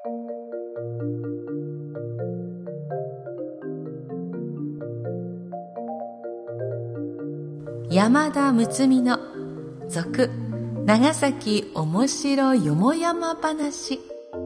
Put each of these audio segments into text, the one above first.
山田睦美の続長崎おもしろよもやま話。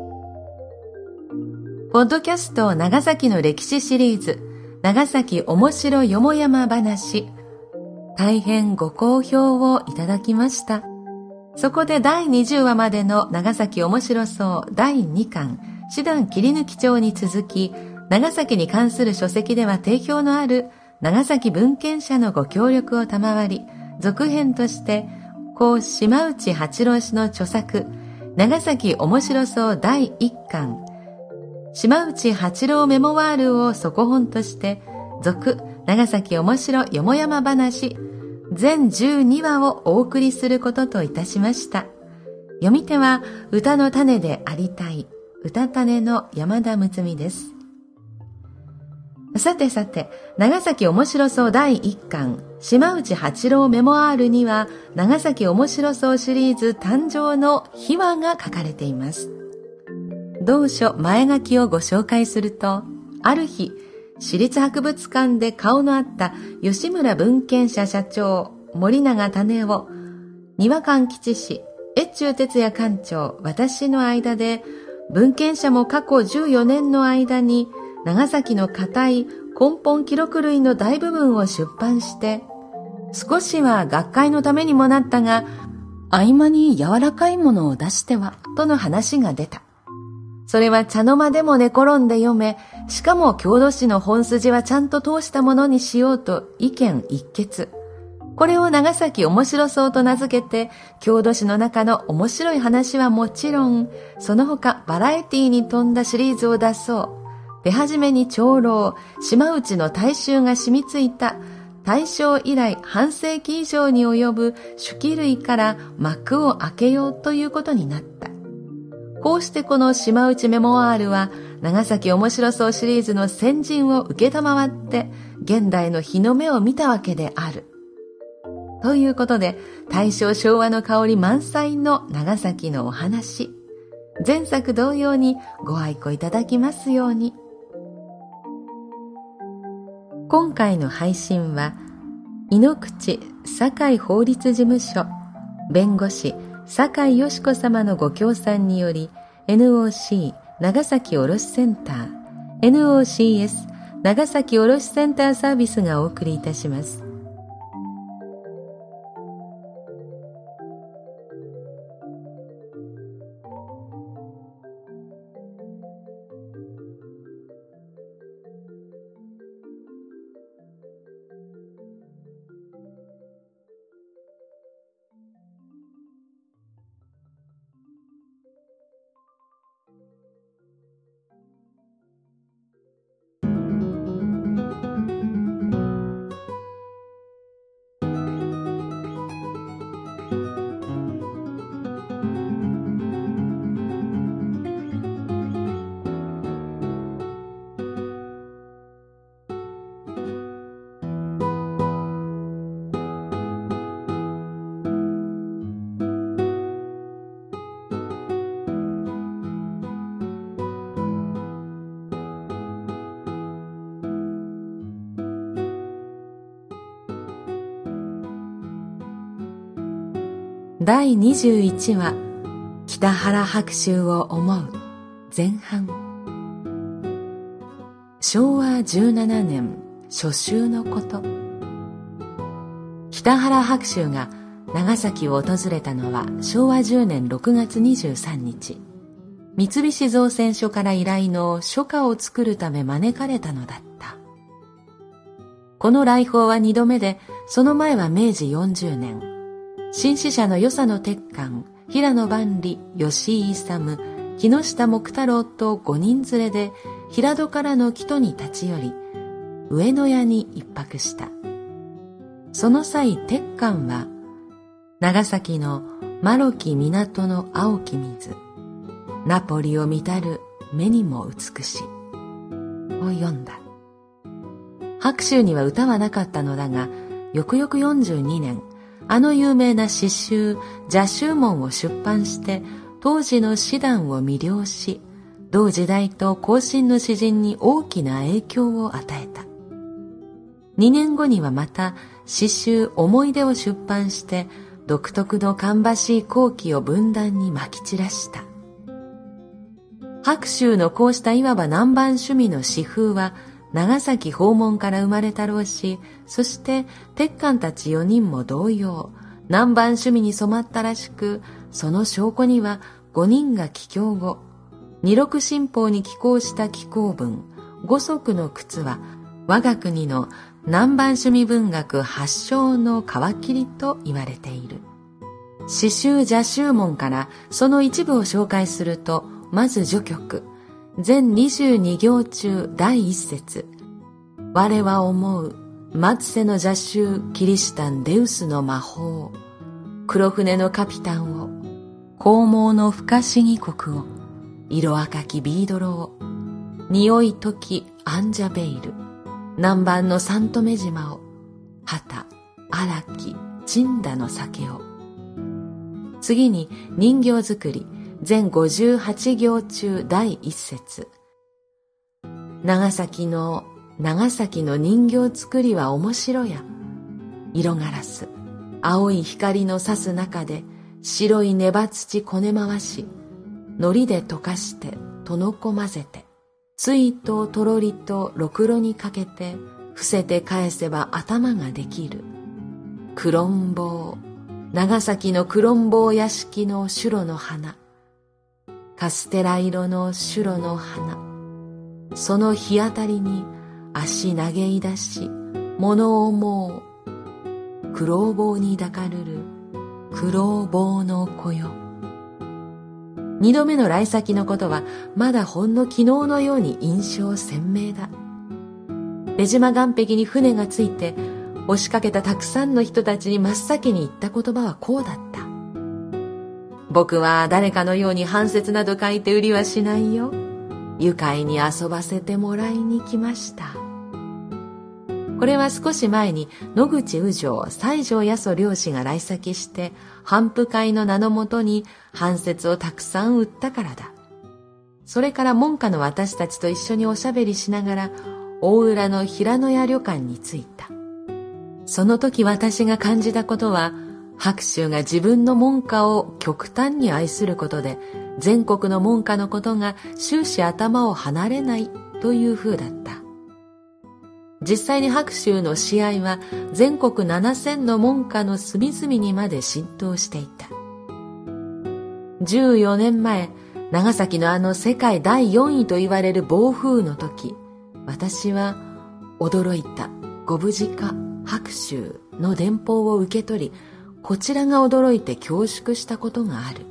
ポッドキャスト長崎の歴史シリーズ長崎おもしろよもやま話、大変ご好評をいただきました。そこで第20話までの長崎おもしろそう第2巻師団切り抜き帳に続き、長崎に関する書籍では定評のある長崎文献者のご協力を賜り、続編として故島内八郎氏の著作長崎おもしろそう第1巻島内八郎メモワールを底本として続長崎おもしろよもやま話全12話をお送りすることといたしました。読み手は歌の種でありたい歌種の山田睦美です。さて長崎おもしろそう第1巻島内八郎メモアールには長崎おもしろそうシリーズ誕生の秘話が書かれています。同書前書きをご紹介すると、ある日市立博物館で顔のあった吉村文献社社長森永種夫、庭勘吉氏、越中哲也館長、私の間で文献社も過去14年の間に長崎の固い根本記録類の大部分を出版して、少しは学会のためにもなったが、合間に柔らかいものを出しては、との話が出た。それは茶の間でも寝転んで読め、しかも郷土史の本筋はちゃんと通したものにしようと意見一決。これを長崎おもしろそうと名付けて、郷土史の中の面白い話はもちろん、その他バラエティに富んだシリーズを出そう。手始めに長老、島内の大衆が染みついた大正以来半世紀以上に及ぶ手記類から幕を開けようということになった。こうしてこの島内メモワールは長崎おもしろそうシリーズの先陣を受けたまわって現代の日の目を見たわけである。ということで大正昭和の香り満載の長崎のお話、前作同様にご愛顧いただきますように。今回の配信は井ノ口堺法律事務所弁護士堺よし子様のご協賛により NOC 長崎卸センター NOCS 長崎卸センターサービスがお送りいたします。第21話北原白秋を思う前半。昭和17年初秋のこと、北原白秋が長崎を訪れたのは昭和10年6月23日。三菱造船所から依頼の書家を作るため招かれたのだった。この来訪は2度目で、その前は明治40年新支社の与謝野鉄幹、平野万里、吉井勇、木下木太郎と5人連れで平戸からの木戸に立ち寄り、上野屋に一泊した。その際鉄幹は長崎の丸き港の青き水、ナポリを見たる目にも美しを読んだ。白秋には歌はなかったのだが、翌々42年あの有名な詩集邪宗門を出版して当時の詩壇を魅了し、 同時代と後進の詩人に大きな影響を与えた。2年後にはまた詩集思い出を出版して独特の芳しい好奇を文壇にまき散らした。白秋のこうしたいわば南蛮趣味の詩風は長崎訪問から生まれたろうし、そして鉄艦たち4人も同様、南蛮趣味に染まったらしく、その証拠には5人が帰郷後、二六新報に寄稿した寄稿文、五足の靴は我が国の南蛮趣味文学発祥の皮切りと言われている。詩集邪宗門からその一部を紹介すると、まず序曲、全22行中第一節。我は思う、末世の邪宗キリシタンデウスの魔法、黒船のカピタンを、光毛の不可思議国を、色赤きビードロを、匂い溶きアンジャベイル、南蛮の三留島を、旗、荒き、鎮田の酒を。次に人形作り、全58行中第一節。長崎の人形作りは面白や。色ガラス、青い光の差す中で白いネバ土こね回し、糊で溶かしてとのこ混ぜて、ついととろりとろくろにかけて、伏せて返せば頭ができる。クロンボウ、長崎のクロンボウ屋敷のシュロの花。カステラ色のシュロの花。その日当たりに足投げいだし、物思う。苦労棒に抱かるる、苦労棒の子よ。二度目の来先のことは、まだほんの昨日のように印象鮮明だ。出島岸壁に船がついて、押しかけたたくさんの人たちに真っ先に言った言葉はこうだった。僕は誰かのように半節など書いて売りはしないよ。愉快に遊ばせてもらいに来ました。これは少し前に野口宇城、西条八十漁師が来先して頒布会の名のもとに半節をたくさん売ったからだ。それから門下の私たちと一緒におしゃべりしながら大浦の平野屋旅館に着いた。その時私が感じたことは、白秋が自分の門下を極端に愛することで、全国の門下のことが終始頭を離れないという風だった。実際に白秋の詩愛は全国7000の門下の隅々にまで浸透していた。14年前、長崎のあの世界第4位と言われる暴風の時、私は驚いたご無事か白秋の電報を受け取り、こちらが驚いて恐縮したことがある。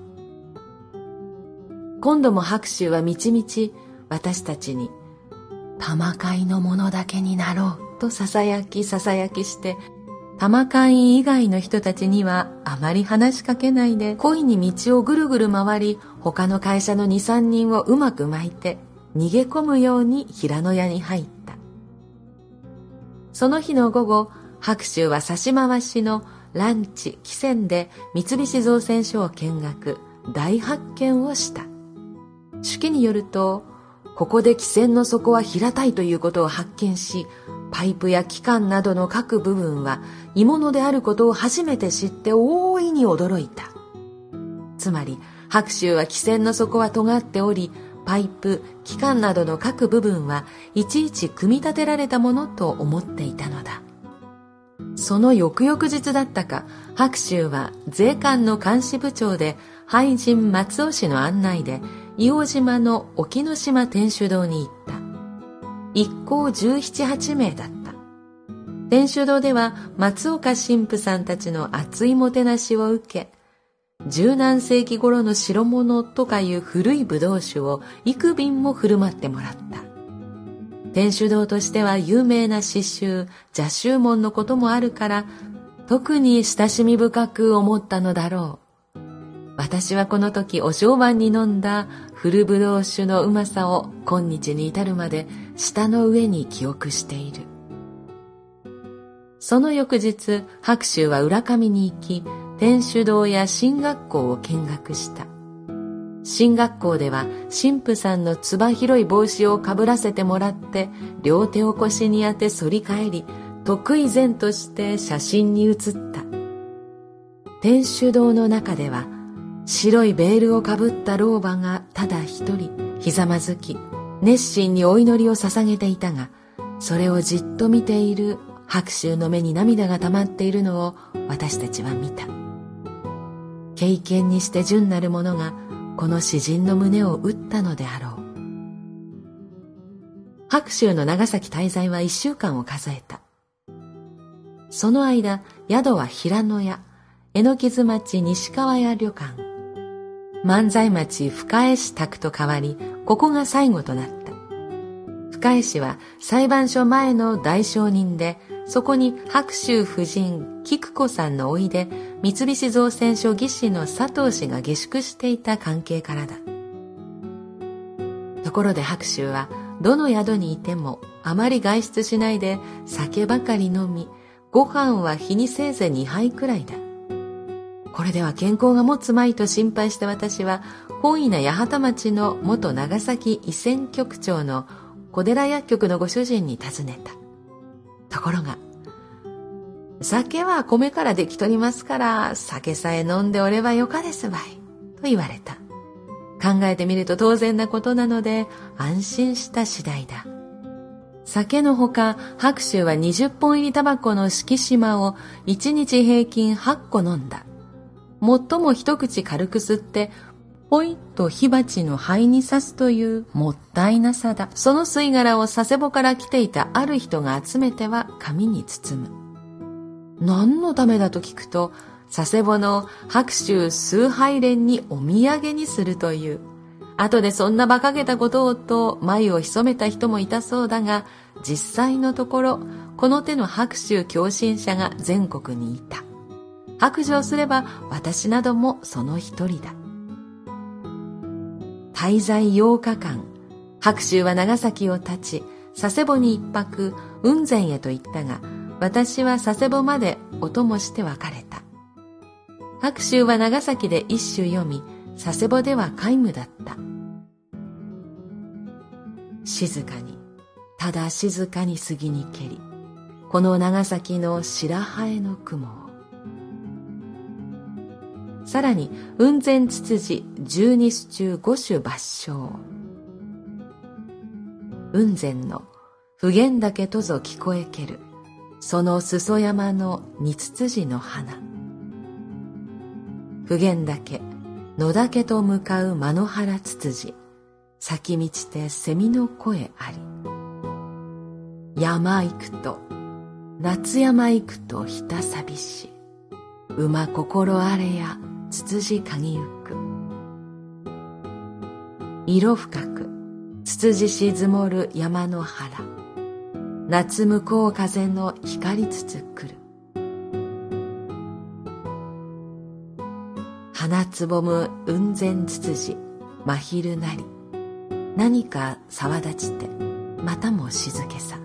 今度も白秋はみちみち私たちに玉会の者だけになろうとささやきして、玉会以外の人たちにはあまり話しかけないで、恋に道をぐるぐる回り、他の会社の 2,3 人をうまく巻いて逃げ込むように平野屋に入った。その日の午後、白秋は差し回しのランチ・汽船で三菱造船所を見学、大発見をした。手記によると、ここで汽船の底は平たいということを発見し、パイプや機関などの各部分は鋳物であることを初めて知って大いに驚いた。つまり白秋は汽船の底は尖っており、パイプ、機関などの各部分はいちいち組み立てられたものと思っていたのだ。その翌々日だったか、白秋は税関の監視部長で俳人松尾氏の案内で硫黄島の沖ノ島天主堂に行った。一行17、8名だった。天主堂では松岡神父さんたちの熱いもてなしを受け、十何世紀頃の白物とかいう古い葡萄酒を幾瓶も振る舞ってもらった。天主堂としては有名な詩集邪宗門のこともあるから、特に親しみ深く思ったのだろう。私はこの時お正晩に飲んだ古葡萄酒のうまさを今日に至るまで舌の上に記憶している。その翌日、白秋は浦上に行き、天主堂や神学校を見学した。 進学校では神父さんのつば広い帽子をかぶらせてもらって、両手を腰に当て反り返り、得意然として写真に写った。天主堂の中では白いベールをかぶった老婆がただ一人ひざまずき、熱心にお祈りを捧げていたが、それをじっと見ている白秋の目に涙が溜まっているのを私たちは見た。敬虔にして純なる者がこの詩人の胸を打ったのであろう。白秋の長崎滞在は1週間を数えた。その間、宿は平野屋、榎津町西川屋旅館、万歳町深江市宅と変わり、ここが最後となった。深江市は裁判所前の大商人で、そこに白秋夫人菊子さんの甥で三菱造船所技師の佐藤氏が下宿していた関係からだ。ところで白秋はどの宿にいてもあまり外出しないで酒ばかり飲み、ご飯は日にせいぜい2杯くらいだ。これでは健康が持つまいと心配した私は、本意な八幡町の元長崎医船局長の小寺薬局のご主人に尋ねた。ところが、酒は米からできとりますから、酒さえ飲んでおればよかですばい、と言われた。考えてみると当然なことなので、安心した次第だ。酒のほか、白秋は20本入りタバコの敷島を1日平均8個飲んだ。最も一口軽く吸って、ポイッと火鉢の灰に刺すというもったいなさだ。その吸い殻を佐世保から来ていたある人が集めては紙に包む。何のためだと聞くと、佐世保の白秋崇拝連にお土産にするという。後でそんな馬鹿げたことをと眉を潜めた人もいたそうだが、実際のところこの手の白秋狂信者が全国にいた。白状すれば私などもその一人だ。滞在8日間、白秋は長崎を立ち、佐世保に一泊、雲仙へと行ったが、私は佐世保までお供して別れた。白秋は長崎で一首読み、佐世保では皆無だった。静かに、ただ静かに杉に蹴り、この長崎の白羽への雲を。さらに雲仙つつじ12首中5首抜唱。雲仙の普賢岳とぞ聞こえける、その裾山の二つつじの花。普賢岳野岳と向かう間野原つつじ、咲き満ちて蝉の声あり。山行くと夏山行くとひた寂し、馬心あれやつつじかぎゆく。色深くつつじ沈もる山の原、夏向こう風の光りつつくる。花つぼむ雲仙つつじ真昼なり、何か騒立ちてまたも静けさ。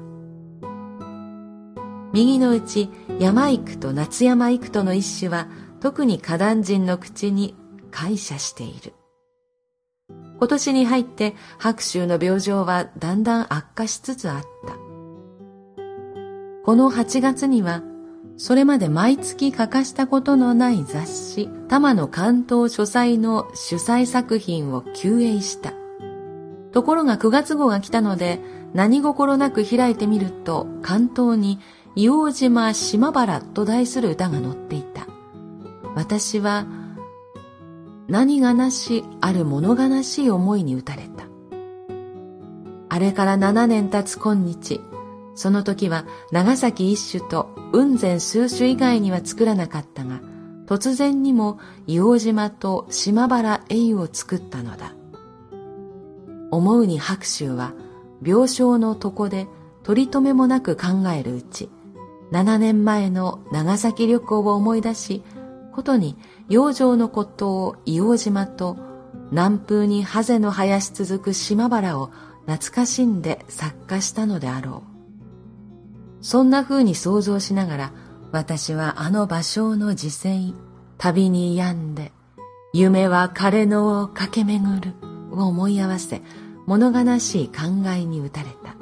右のうち山幾と夏山幾との一首は特に歌壇人の口に解釈している。今年に入って白秋の病状はだんだん悪化しつつあった。この8月にはそれまで毎月欠かしたことのない雑誌玉野関東書斎の主催作品を休営した。ところが9月号が来たので何心なく開いてみると、関東に硫黄島島原と題する歌が載っていた。私は何がなしある物悲しい思いに打たれた。あれから7年経つ今日、その時は長崎一首と雲仙数首以外には作らなかったが、突然にも硫黄島と島原英を作ったのだ。思うに白秋は病床の床で取り留めもなく考えるうち、7年前の長崎旅行を思い出し、ことに洋上の孤島硫黄島と南風にハゼの生やし続く島原を懐かしんで作家したのであろう。そんな風に想像しながら、私はあの芭蕉の時世、旅に病んで夢は枯野を駆け巡るを思い合わせ、物悲しい考えに打たれた。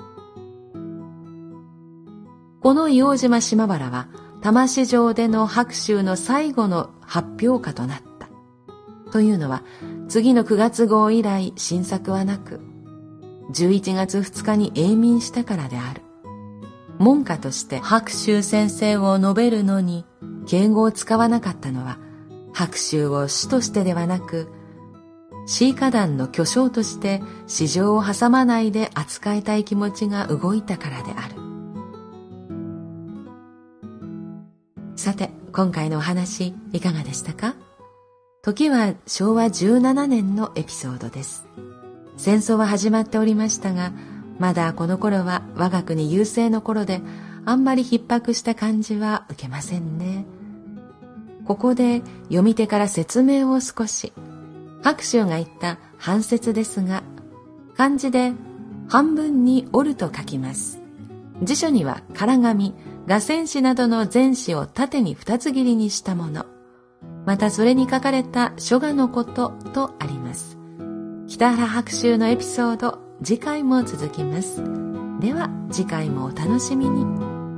この硫黄島島原は、多摩市場での白秋の最後の発表会となった。というのは、次の9月号以来新作はなく、11月2日に永眠したからである。門下として白秋先生を述べるのに、敬語を使わなかったのは、白秋を主としてではなく、詩歌団の巨匠として市場を挟まないで扱いたい気持ちが動いたからである。さて、今回のお話いかがでしたか？時は昭和17年のエピソードです。戦争は始まっておりましたが、まだこの頃は我が国優勢の頃で、あんまり逼迫した感じは受けませんね。ここで読み手から説明を少し。白秋が言った半節ですが、漢字で半分に折ると書きます。辞書には唐紙、画仙紙などの前紙を縦に二つ切りにしたもの。またそれに書かれた書画のこととあります。北原白秋のエピソード、次回も続きます。では次回もお楽しみに。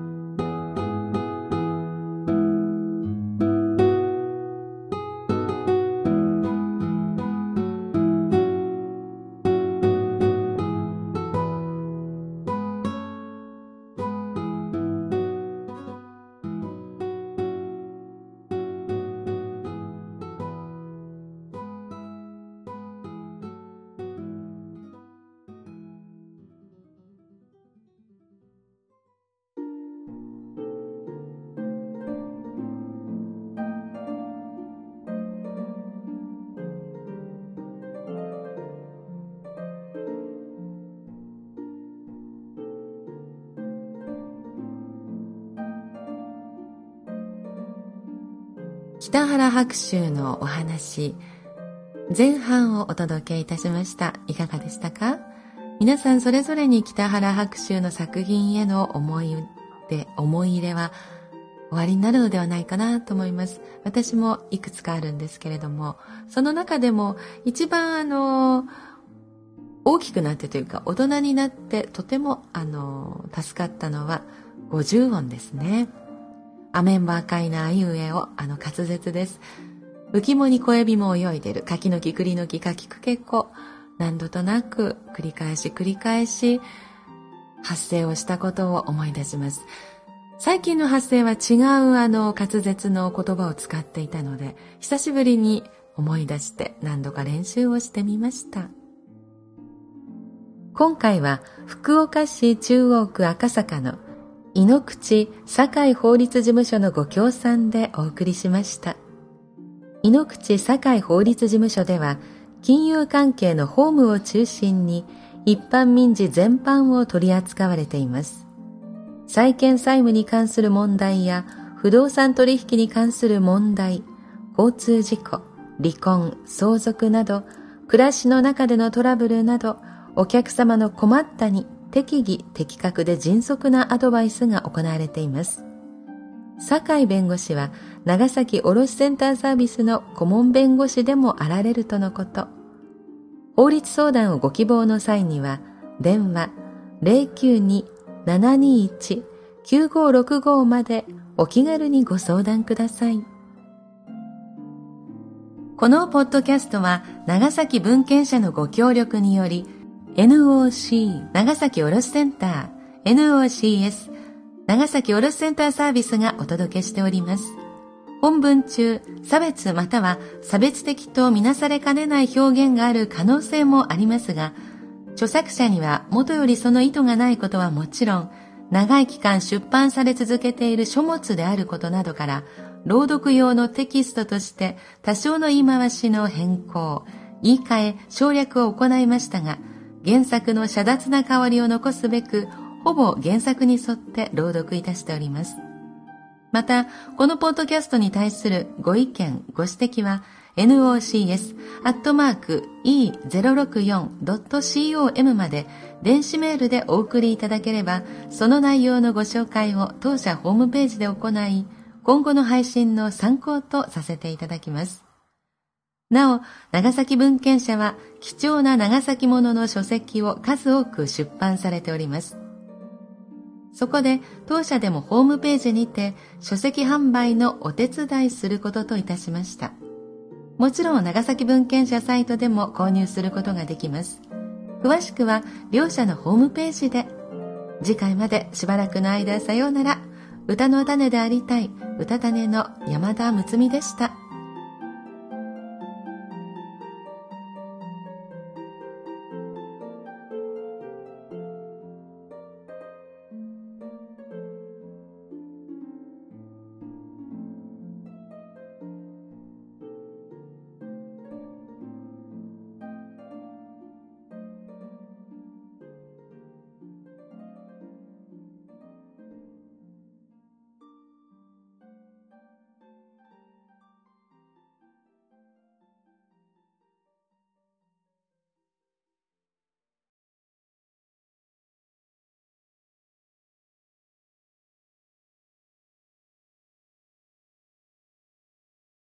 北原白秋のお話、前半をお届けいたしました。いかがでしたか？皆さんそれぞれに北原白秋の作品への思い入れはおありになるのではないかなと思います。私もいくつかあるんですけれども、その中でも一番大きくなってというか大人になってとても助かったのは50音ですね。アメンバ赤いなあいうえを滑舌です。浮きもに小エビも泳いでる。柿の木栗の木柿くけこ。何度となく繰り返し発声をしたことを思い出します。最近の発声は違う滑舌の言葉を使っていたので、久しぶりに思い出して何度か練習をしてみました。今回は福岡市中央区赤坂の井ノ口堺法律事務所のご協賛でお送りしました。井ノ口堺法律事務所では、金融関係の法務を中心に一般民事全般を取り扱われています。債権債務に関する問題や不動産取引に関する問題、交通事故、離婚、相続など、暮らしの中でのトラブルなど、お客様の困ったに適宜的確で迅速なアドバイスが行われています。堺弁護士は長崎卸センターサービスの顧問弁護士でもあられるとのこと。法律相談をご希望の際には電話 092-721-9565 までお気軽にご相談ください。このポッドキャストは長崎文献社のご協力によりNOC 長崎卸センター NOCS 長崎卸センターサービスがお届けしております。本文中、差別または差別的とみなされかねない表現がある可能性もありますが、著作者には元よりその意図がないことはもちろん、長い期間出版され続けている書物であることなどから、朗読用のテキストとして多少の言い回しの変更、言い換え、省略を行いましたが、原作の遮奪な香りを残すべく、ほぼ原作に沿って朗読いたしております。また、このポッドキャストに対するご意見、ご指摘は、nocs@e064.com まで電子メールでお送りいただければ、その内容のご紹介を当社ホームページで行い、今後の配信の参考とさせていただきます。 なお、長崎文献社は貴重な長崎ものの書籍を数多く出版されております。そこで当社でもホームページにて書籍販売のお手伝いすることといたしました。もちろん長崎文献社サイトでも購入することができます。詳しくは両社のホームページで。次回までしばらくの間さようなら。歌の種でありたい歌種の山田睦美でした。